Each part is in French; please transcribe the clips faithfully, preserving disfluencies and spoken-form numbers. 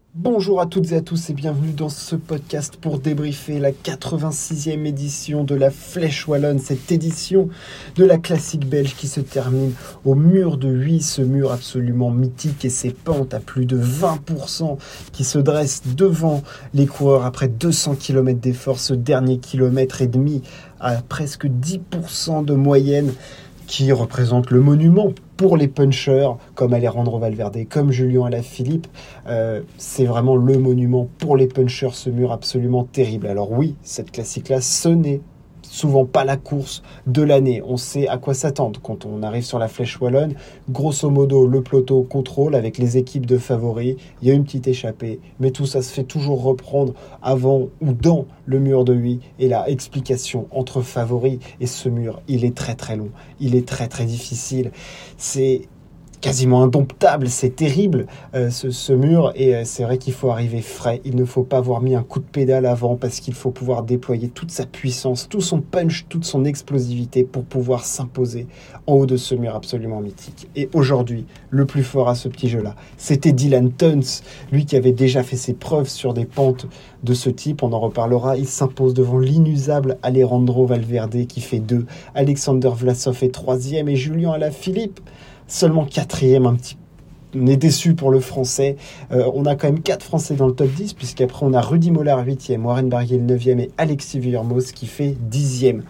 Bonjour à toutes et à tous et bienvenue dans ce podcast pour débriefer la quatre-vingt-sixième édition de la Flèche Wallonne, cette édition de la classique belge qui se termine au mur de Huy, ce mur absolument mythique et ses pentes à plus de vingt pour cent qui se dressent devant les coureurs après deux cents kilomètres d'effort, ce dernier kilomètre et demi à presque dix pour cent de moyenne qui représente le monument pour les punchers, comme Alejandro Valverde, comme Julian Alaphilippe. Euh, c'est vraiment le monument pour les punchers, ce mur absolument terrible. Alors oui, cette classique-là, ce n'est souvent pas la course de l'année. On sait à quoi s'attendre quand on arrive sur la Flèche Wallonne. Grosso modo, le peloton contrôle avec les équipes de favoris. Il y a une petite échappée, mais tout ça se fait toujours reprendre avant ou dans le mur de Huy. Et la explication entre favoris et ce mur, il est très très long. Il est très très difficile. C'est quasiment indomptable, c'est terrible euh, ce, ce mur et euh, c'est vrai qu'il faut arriver frais, il ne faut pas avoir mis un coup de pédale avant parce qu'il faut pouvoir déployer toute sa puissance, tout son punch, toute son explosivité pour pouvoir s'imposer en haut de ce mur absolument mythique. Et aujourd'hui, le plus fort à ce petit jeu-là, c'était Dylan Teuns, lui qui avait déjà fait ses preuves sur des pentes de ce type, on en reparlera, il s'impose devant l'inusable Alejandro Valverde qui fait deux, Alexander Vlasov est troisième et Julian Alaphilippe seulement quatrième, un petit on est déçu pour le français. Euh, on a quand même quatre français dans le top dix, puisqu'après on a Rudy Mollard huitième, Warren Barguil neuvième et Alexis Vuillermoz qui fait dixième.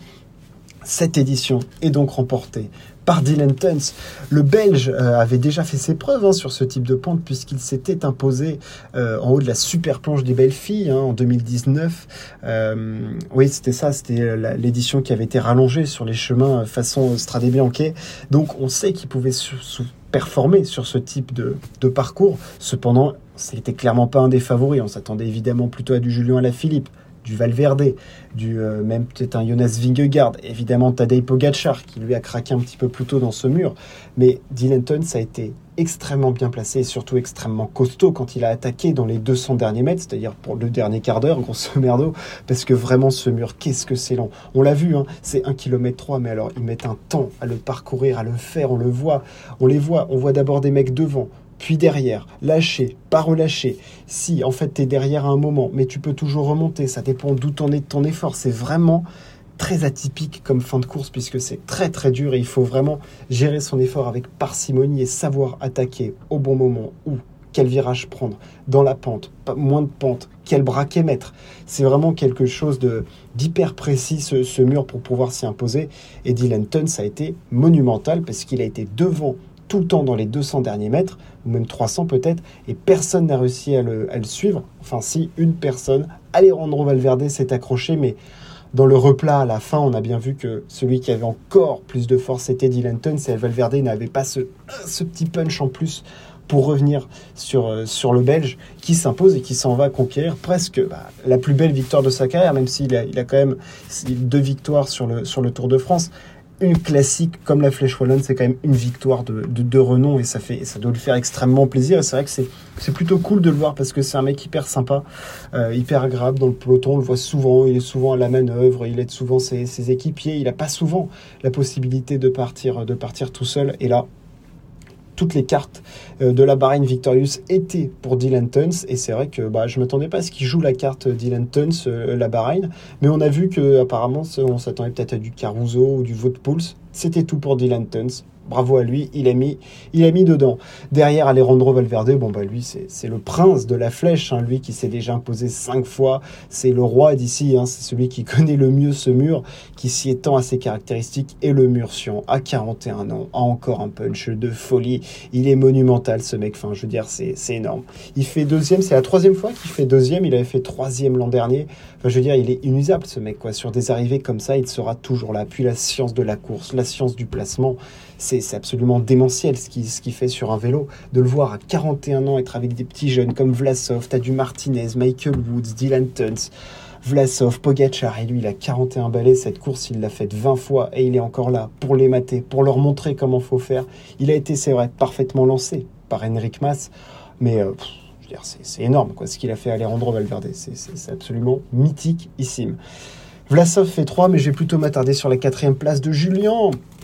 Cette édition est donc remportée par Dylan Teuns. Le Belge euh, avait déjà fait ses preuves hein, sur ce type de pente puisqu'il s'était imposé euh, en haut de la super planche des belles filles hein, en deux mille dix-neuf. Euh, oui, c'était ça, c'était la, l'édition qui avait été rallongée sur les chemins euh, façon Strade Bianche. Donc on sait qu'il pouvait sous, sous performer sur ce type de, de parcours. Cependant, c'était clairement pas un des favoris. On s'attendait évidemment plutôt à du Julian Alaphilippe, du Valverde, du euh, même peut-être un Jonas Vingegaard, évidemment Tadej Pogačar qui lui a craqué un petit peu plus tôt dans ce mur, mais Dylan Teuns a été extrêmement bien placé et surtout extrêmement costaud quand il a attaqué dans les deux cents derniers mètres, c'est-à-dire pour le dernier quart d'heure, grosso merdo, parce que vraiment ce mur, qu'est-ce que c'est long. On l'a vu, hein, c'est un kilomètre trois, mais alors ils mettent un temps à le parcourir, à le faire, on le voit, on les voit, on voit d'abord des mecs devant, puis derrière, lâcher, pas relâcher. Si, en fait, tu es derrière à un moment, mais tu peux toujours remonter, ça dépend d'où t'en es de ton effort. C'est vraiment très atypique comme fin de course, puisque c'est très très dur et il faut vraiment gérer son effort avec parcimonie et savoir attaquer au bon moment, où, quel virage prendre, dans la pente, pas, moins de pente, quel braquet mettre. C'est vraiment quelque chose de, d'hyper précis, ce, ce mur, pour pouvoir s'y imposer. Et Dylan Teuns a été monumental, parce qu'il a été devant tout le temps dans les deux cents derniers mètres, ou même trois cents peut-être, et personne n'a réussi à le, à le suivre. Enfin si, une personne, Alejandro Valverde s'est accroché, mais dans le replat à la fin, on a bien vu que celui qui avait encore plus de force, c'était Dylan Teuns, et Valverde n'avait pas ce, ce petit punch en plus pour revenir sur, sur le Belge, qui s'impose et qui s'en va conquérir presque bah, la plus belle victoire de sa carrière, même s'il a, il a quand même deux victoires sur le, sur le Tour de France. Une classique comme la Flèche Wallonne, c'est quand même une victoire de, de, de renom et ça, fait, ça doit lui faire extrêmement plaisir. Et c'est vrai que c'est, c'est plutôt cool de le voir parce que c'est un mec hyper sympa, euh, hyper agréable dans le peloton. On le voit souvent, il est souvent à la manœuvre, il aide souvent ses, ses équipiers. Il n'a pas souvent la possibilité de partir, de partir tout seul. Et là, toutes les cartes de la Bahreïn Victorious étaient pour Dylan Teuns et c'est vrai que bah, je ne m'attendais pas à ce qu'il joue la carte Dylan Teuns, euh, la Bahreïn, mais on a vu qu'apparemment on s'attendait peut-être à du Caruso ou du Wout Poels. C'était tout pour Dylan Teuns. Bravo à lui, il a mis, il a mis dedans. Derrière Alejandro Valverde, bon bah lui c'est, c'est le prince de la flèche, hein, lui qui s'est déjà imposé cinq fois, c'est le roi d'ici, hein, c'est celui qui connaît le mieux ce mur, qui s'y étend à ses caractéristiques, et le Murcian, à quarante et un ans, a encore un punch de folie. Il est monumental ce mec, enfin je veux dire c'est, c'est énorme. Il fait deuxième, c'est la troisième fois qu'il fait deuxième, il avait fait troisième l'an dernier, enfin je veux dire il est inusable ce mec, quoi. Sur des arrivées comme ça, il sera toujours là. Puis la science de la course, la science du placement, c'est C'est absolument démentiel ce qu'il ce qu'il fait sur un vélo. De le voir à quarante et un ans être avec des petits jeunes comme Vlasov, t'as du Martinez, Michael Woods, Dylan Teuns, Vlasov, Pogačar, et lui il a quarante et un balais. Cette course il l'a faite vingt fois et il est encore là pour les mater, pour leur montrer comment faut faire. Il a été, c'est vrai, parfaitement lancé par Enric Mas, mais euh, pff, je veux dire, c'est, c'est énorme quoi, ce qu'il a fait à Alejandro Valverde. C'est, c'est, c'est absolument mythiquissime. Vlasov fait trois, mais je vais plutôt m'attarder sur la quatrième place de Julian.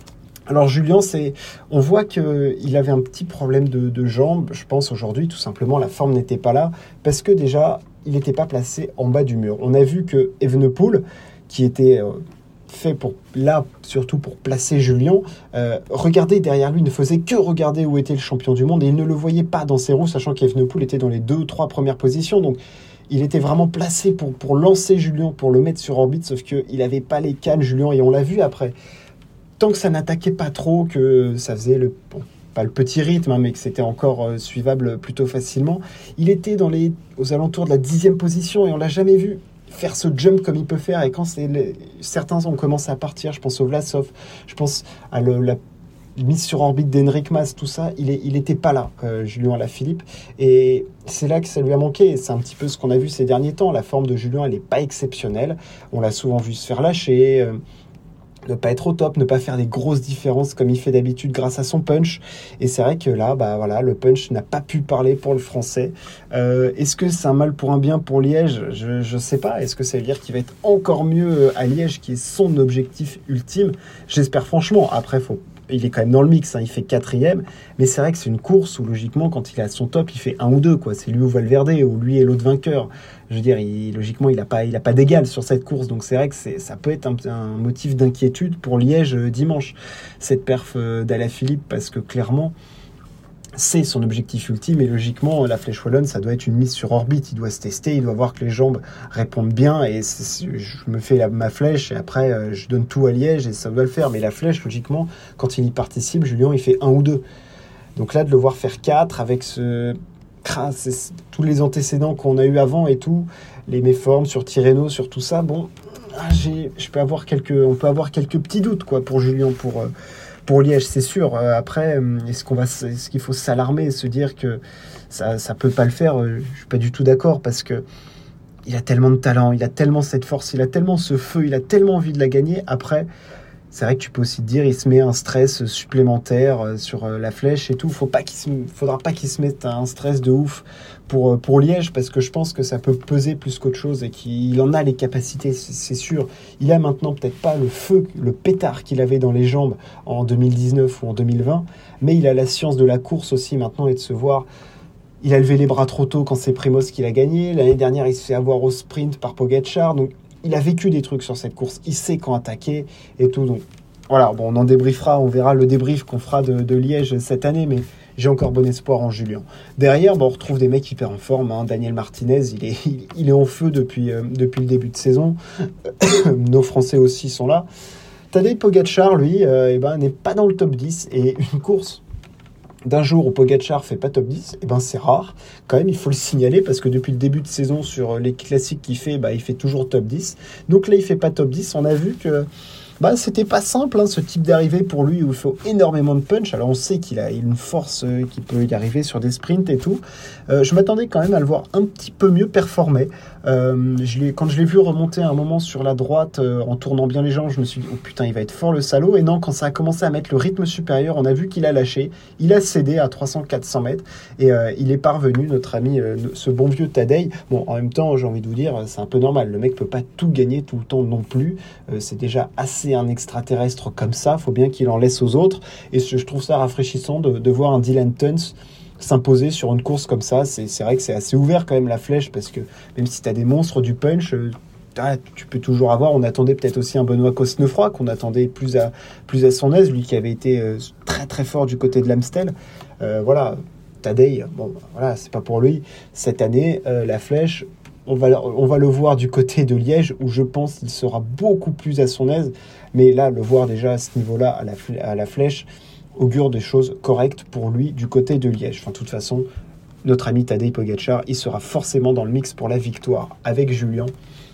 Alors Julien, c'est, on voit qu'il avait un petit problème de, de jambes. Je pense aujourd'hui, tout simplement, la forme n'était pas là parce que déjà, il n'était pas placé en bas du mur. On a vu que Evenepoel, qui était euh, fait pour là, surtout pour placer Julien, euh, regardez derrière lui, ne faisait que regarder où était le champion du monde et il ne le voyait pas dans ses roues, sachant qu'Evenepoel était dans les deux ou trois premières positions. Donc il était vraiment placé pour, pour lancer Julien, pour le mettre sur orbite, sauf qu'il n'avait pas les cannes, Julien, et on l'a vu après. Tant que ça n'attaquait pas trop, que ça faisait le, bon, pas le petit rythme, hein, mais que c'était encore euh, suivable plutôt facilement, il était dans les, aux alentours de la dixième position et on l'a jamais vu faire ce jump comme il peut faire. Et quand c'est les, certains ont commencé à partir, je pense au Vlasov, je pense à le, la mise sur orbite d'Henrik Mas, tout ça, il, est, il était pas là, euh, Julien Alaphilippe. Et c'est là que ça lui a manqué. Et c'est un petit peu ce qu'on a vu ces derniers temps. La forme de Julien, elle n'est pas exceptionnelle. On l'a souvent vu se faire lâcher. Euh, ne pas être au top, ne pas faire des grosses différences comme il fait d'habitude grâce à son punch. Et c'est vrai que là, bah voilà, le punch n'a pas pu parler pour le Français. Euh, est-ce que c'est un mal pour un bien pour Liège ? Je ne sais pas. Est-ce que ça veut dire qu'il va être encore mieux à Liège, qui est son objectif ultime ? J'espère franchement. Après, faut il est quand même dans le mix, hein, il fait quatrième, mais c'est vrai que c'est une course où logiquement quand il est à son top, il fait un ou deux, quoi. C'est lui ou Valverde, ou lui et l'autre vainqueur. Je veux dire, il, logiquement, il n'a pas, il a pas d'égal sur cette course, donc c'est vrai que c'est, ça peut être un, un motif d'inquiétude pour Liège euh, dimanche, cette perf euh, d'Alaphilippe, parce que clairement, c'est son objectif ultime et logiquement la Flèche Wallonne ça doit être une mise sur orbite, il doit se tester, il doit voir que les jambes répondent bien et je me fais la, ma flèche et après euh, je donne tout à Liège et ça doit le faire, mais la flèche logiquement quand il y participe, Julien il fait un ou deux, donc là de le voir faire quatre avec ce tous les antécédents qu'on a eu avant et tout, les méformes sur Tirreno, sur tout ça, bon j'ai, je peux avoir quelques, on peut avoir quelques petits doutes quoi pour Julien, pour euh, Pour Liège, c'est sûr. Euh, après, est-ce qu'on va, est-ce qu'il faut s'alarmer et se dire que ça, ça peut pas le faire ? Je suis pas du tout d'accord parce que il a tellement de talent, il a tellement cette force, il a tellement ce feu, il a tellement envie de la gagner. Après, c'est vrai que tu peux aussi te dire, il se met un stress supplémentaire sur la flèche et tout. Faut pas qu'il se, faudra pas qu'il se mette un stress de ouf pour, pour Liège, parce que je pense que ça peut peser plus qu'autre chose et qu'il en a les capacités, c'est sûr. Il a maintenant peut-être pas le feu, le pétard qu'il avait dans les jambes en deux mille dix-neuf ou en deux mille vingt, mais il a la science de la course aussi maintenant et de se voir. Il a levé les bras trop tôt quand c'est Primoz qui l'a gagné. L'année dernière, il se fait avoir au sprint par Pogačar, donc il a vécu des trucs sur cette course, il sait quand attaquer et tout. Donc voilà, bon, on en débriefera, on verra le débrief qu'on fera de, de Liège cette année, mais j'ai encore bon espoir en Julien. Derrière, bon, on retrouve des mecs hyper en forme. Hein. Daniel Martinez, il est, il, il est en feu depuis, euh, depuis le début de saison. Nos Français aussi sont là. Tadej Pogačar, lui, euh, eh ben, n'est pas dans le top dix. Et une course d'un jour où Pogačar fait pas top dix, eh ben c'est rare. Quand même, il faut le signaler parce que depuis le début de saison, sur les classiques qu'il fait, bah, il fait toujours top dix. Donc là, il fait pas top dix. On a vu que bah, c'était pas simple, hein, ce type d'arrivée pour lui où il faut énormément de punch. Alors on sait qu'il a une force, euh, qu'il peut y arriver sur des sprints et tout. Euh, je m'attendais quand même à le voir un petit peu mieux performer. Euh, je l'ai, quand je l'ai vu remonter à un moment sur la droite euh, en tournant bien les jambes, je me suis dit oh putain il va être fort le salaud. Et non, quand ça a commencé à mettre le rythme supérieur, on a vu qu'il a lâché, il a cédé à trois cents à quatre cents mètres et euh, il est parvenu, notre ami, euh, ce bon vieux Tadej. Bon, en même temps, j'ai envie de vous dire, c'est un peu normal. Le mec peut pas tout gagner tout le temps non plus. Euh, c'est déjà assez un extraterrestre comme ça. Faut bien qu'il en laisse aux autres. Et je trouve ça rafraîchissant de, de voir un Dylan Teuns s'imposer sur une course comme ça. C'est, c'est vrai que c'est assez ouvert quand même la flèche parce que même si tu as des monstres du punch, euh, ah, tu peux toujours avoir. On attendait peut-être aussi un Benoît Cosnefroy qu'on attendait plus à, plus à son aise, lui qui avait été euh, très très fort du côté de l'Amstel. Euh, voilà, Tadej, bon, voilà, c'est pas pour lui. Cette année, euh, la flèche, on va, on va le voir du côté de Liège où je pense qu'il sera beaucoup plus à son aise. Mais là, le voir déjà à ce niveau-là, à la, à la flèche, augure des choses correctes pour lui du côté de Liège. Enfin, de toute façon, notre ami Tadej Pogačar, il sera forcément dans le mix pour la victoire avec Julien.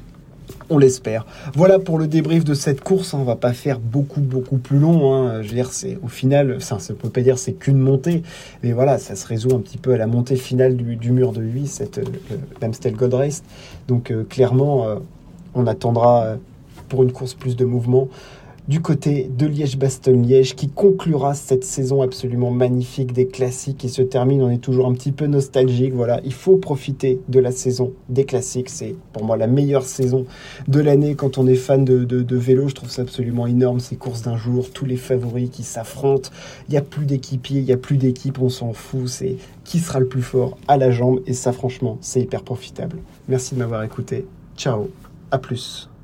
On l'espère. Voilà pour le débrief de cette course. On va pas faire beaucoup, beaucoup plus long. Hein. Je veux dire, c'est, au final, ça ne peut pas dire c'est qu'une montée. Mais voilà, ça se résout un petit peu à la montée finale du, du mur de Huy, cette, euh, l'Amstel Gold Race. Donc, euh, clairement, euh, on attendra euh, pour une course plus de mouvement. du côté de Liège-Bastogne-Liège qui conclura cette saison absolument magnifique des classiques qui se termine. On est toujours un petit peu nostalgique. Voilà, il faut profiter de la saison des classiques. C'est pour moi la meilleure saison de l'année quand on est fan de, de, de vélo. Je trouve ça absolument énorme, ces courses d'un jour, tous les favoris qui s'affrontent. Il n'y a plus d'équipiers, il n'y a plus d'équipe, on s'en fout. C'est qui sera le plus fort à la jambe et ça franchement, c'est hyper profitable. Merci de m'avoir écouté. Ciao, à plus.